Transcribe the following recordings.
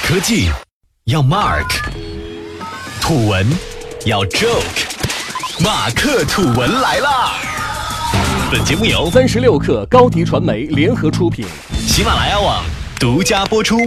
科技要 Mark， 土文要 Joke， 马克土文来啦！本节目由 36克高迪传媒联合出品， 喜马拉雅网独家播出。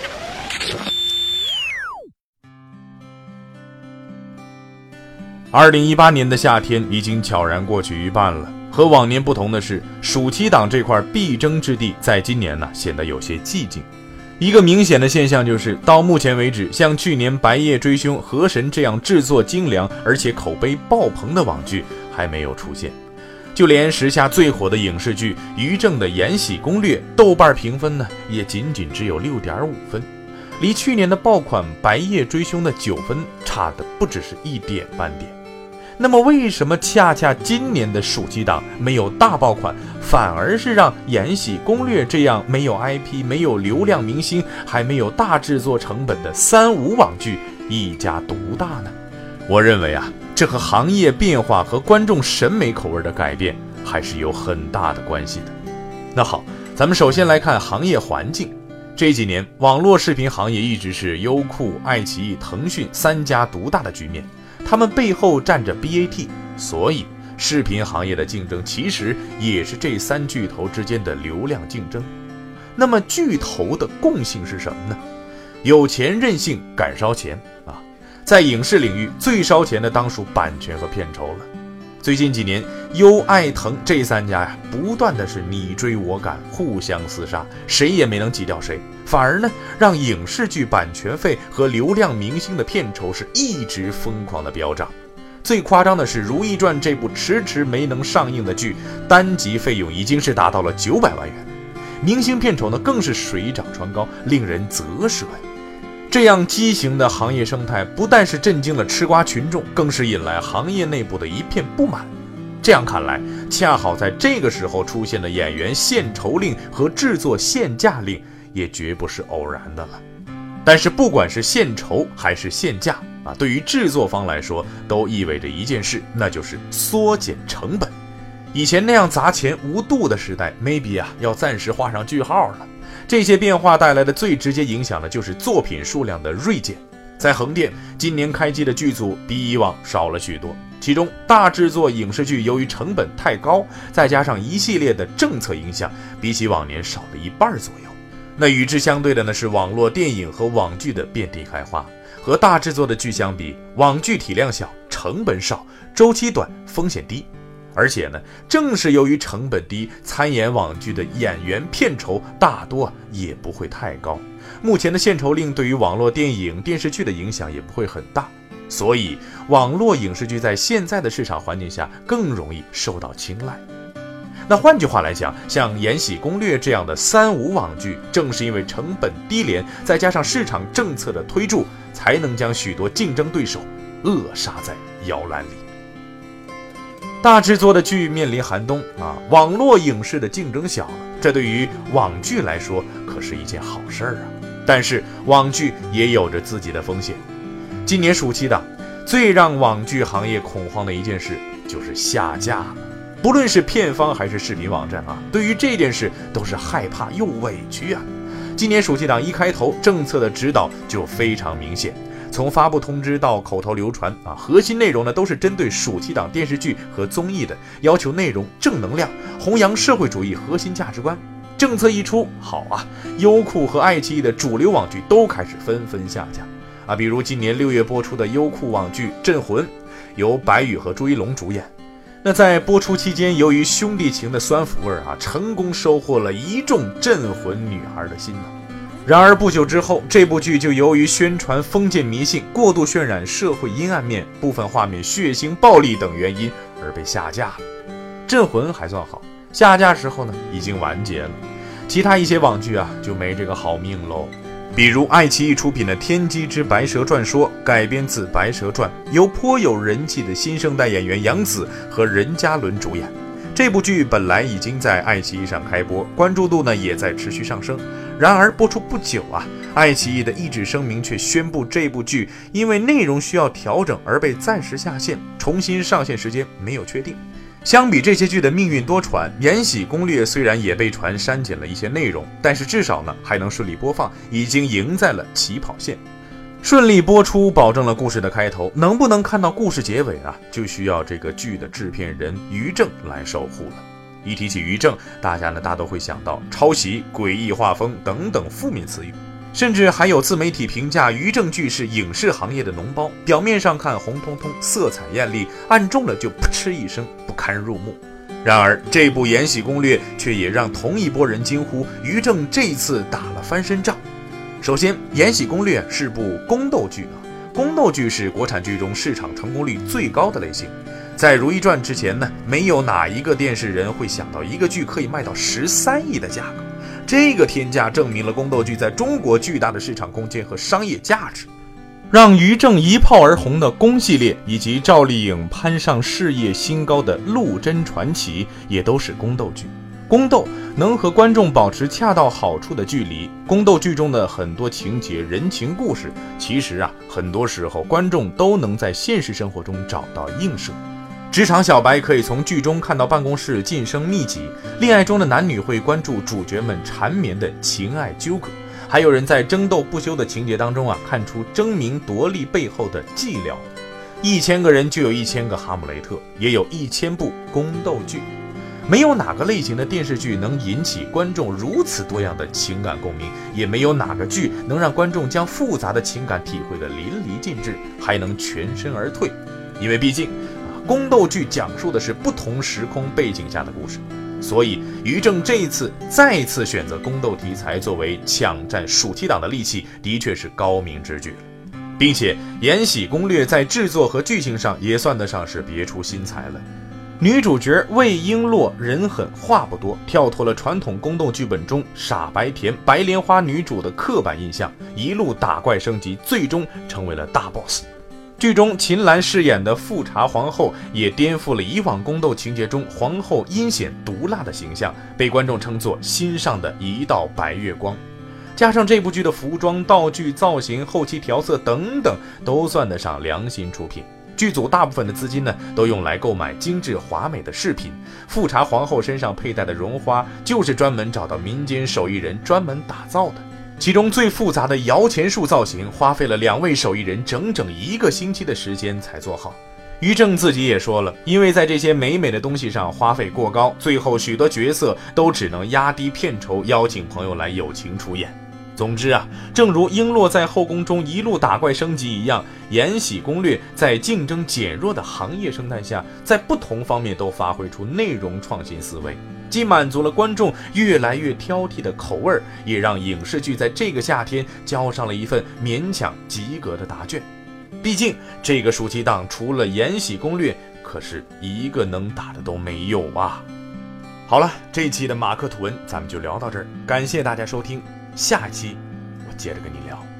2018年的夏天已经悄然过去一半了，和往年不同的是，暑期档这块必争之地在今年显得有些寂静。一个明显的现象就是，到目前为止，像去年《白夜追凶》《河神》这样制作精良而且口碑爆棚的网剧还没有出现。就连时下最火的影视剧于正的《延禧攻略》，豆瓣评分也仅仅只有 6.5 分，离去年的爆款《白夜追凶》的9分差的不只是一点半点。那么为什么恰恰今年的暑期档没有大爆款，反而是让《延禧攻略》这样没有 IP、没有流量明星、还没有大制作成本的3无网剧一家独大呢？我认为这和行业变化和观众审美口味的改变还是有很大的关系的。那好，咱们首先来看行业环境。这几年网络视频行业一直是优酷、爱奇艺、腾讯3家独大的局面，他们背后站着 BAT， 所以视频行业的竞争其实也是这3巨头之间的流量竞争。那么巨头的共性是什么呢？有钱任性，敢烧钱在影视领域最烧钱的当属版权和片酬了。最近几年，优爱腾这3家不断的是你追我赶，互相厮杀，谁也没能挤掉谁，反而让影视剧版权费和流量明星的片酬是一直疯狂的飙涨。最夸张的是《如懿传》这部迟迟没能上映的剧，单集费用已经是达到了900万元，明星片酬更是水涨船高，令人啧舌。这样畸形的行业生态不但是震惊了吃瓜群众，更是引来行业内部的一片不满。这样看来，恰好在这个时候出现的演员限酬令和制作限价令也绝不是偶然的了。但是不管是限酬还是限价对于制作方来说都意味着一件事，那就是缩减成本。以前那样砸钱无度的时代 maybe 要暂时画上句号了。这些变化带来的最直接影响的就是作品数量的锐减。在横店，今年开机的剧组比以往少了许多，其中大制作影视剧由于成本太高，再加上一系列的政策影响，比起往年少了一半左右。那与之相对的是网络电影和网剧的遍地开花。和大制作的剧相比，网剧体量小，成本少，周期短，风险低。而且正是由于成本低，参演网剧的演员片酬大多也不会太高。目前的限酬令对于网络电影、电视剧的影响也不会很大，所以网络影视剧在现在的市场环境下更容易受到青睐。那换句话来讲，像《延禧攻略》这样的3无网剧，正是因为成本低廉，再加上市场政策的推助，才能将许多竞争对手扼杀在摇篮里。大制作的剧面临寒冬网络影视的竞争小了，这对于网剧来说可是一件好事啊。但是网剧也有着自己的风险。今年暑期档最让网剧行业恐慌的一件事就是下架了。不论是片方还是视频网站对于这件事都是害怕又委屈今年暑期档一开头，政策的指导就非常明显。从发布通知到口头流传核心内容都是针对暑期档电视剧和综艺的，要求内容正能量，弘扬社会主义核心价值观。政策一出，好优酷和爱奇艺的主流网剧都开始纷纷下架比如今年6月播出的优酷网剧《镇魂》，由白宇和朱一龙主演。那在播出期间，由于兄弟情的酸腐味成功收获了一众镇魂女孩的心然而不久之后，这部剧就由于宣传封建迷信、过度渲染社会阴暗面、部分画面血腥暴力等原因而被下架了。镇魂还算好，下架时候已经完结了。其他一些网剧就没这个好命喽。比如爱奇艺出品的《天机之白蛇传说》，改编自《白蛇传》，由颇有人气的新生代演员杨紫和任嘉伦主演。这部剧本来已经在爱奇艺上开播，关注度也在持续上升。然而播出不久爱奇艺的一纸声明却宣布这部剧因为内容需要调整而被暂时下线，重新上线时间没有确定。 相比这些剧的命运多舛，《延禧攻略》虽然也被传删减了一些内容，但是至少呢还能顺利播放，已经赢在了起跑线。顺利播出保证了故事的开头，能不能看到故事结尾啊，就需要这个剧的制片人于正来守护了。一提起于正，大家呢大都会想到抄袭、诡异画风等等负面词语，甚至还有自媒体评价于正剧是影视行业的脓包，表面上看红彤彤，色彩艳丽，按中了就噗嗤一声，不堪入目。然而这部《延禧攻略》却也让同一波人惊呼，于正这次打了翻身仗。首先，《延禧攻略》是部宫斗剧宫斗剧是国产剧中市场成功率最高的类型。在《如懿传》之前呢，没有哪一个电视人会想到一个剧可以卖到13亿的价格。这个天价证明了宫斗剧在中国巨大的市场空间和商业价值。让于正一炮而红的宫系列，以及赵丽颖攀上事业新高的陆贞传奇，也都是宫斗剧。宫斗能和观众保持恰到好处的距离，宫斗剧中的很多情节、人情故事，其实很多时候观众都能在现实生活中找到映射。职场小白可以从剧中看到办公室晋升秘籍，恋爱中的男女会关注主角们缠绵的情爱纠葛，还有人在争斗不休的情节当中看出争名夺利背后的伎俩。1000个人就有1000个哈姆雷特，也有1000部宫斗剧。没有哪个类型的电视剧能引起观众如此多样的情感共鸣，也没有哪个剧能让观众将复杂的情感体会得淋漓尽致，还能全身而退。因为毕竟宫斗剧讲述的是不同时空背景下的故事，所以于正这一次再次选择宫斗题材作为抢占暑期档的利器，的确是高明之举了。并且《延禧攻略》在制作和剧情上也算得上是别出心裁了。女主角魏璎珞人狠话不多，跳脱了传统宫斗剧本中傻白甜白莲花女主的刻板印象，一路打怪升级，最终成为了大 boss。剧中秦岚饰演的富察皇后也颠覆了以往宫斗情节中皇后阴险毒辣的形象，被观众称作心上的一道白月光。加上这部剧的服装、道具、造型、后期调色等等，都算得上良心出品。剧组大部分的资金呢，都用来购买精致华美的饰品。富察皇后身上佩戴的绒花，就是专门找到民间手艺人专门打造的。其中最复杂的摇钱树造型，花费了2位手艺人整整1个星期的时间才做好。于正自己也说了，因为在这些美美的东西上花费过高，最后许多角色都只能压低片酬，邀请朋友来友情出演。总之正如璎珞在后宫中一路打怪升级一样，延禧攻略在竞争减弱的行业生态下，在不同方面都发挥出内容创新思维，既满足了观众越来越挑剔的口味，也让影视剧在这个夏天交上了一份勉强及格的答卷。毕竟这个暑期档除了延禧攻略，可是一个能打的都没有啊。好了，这一期的马克吐温咱们就聊到这儿，感谢大家收听，下一期我接着跟你聊。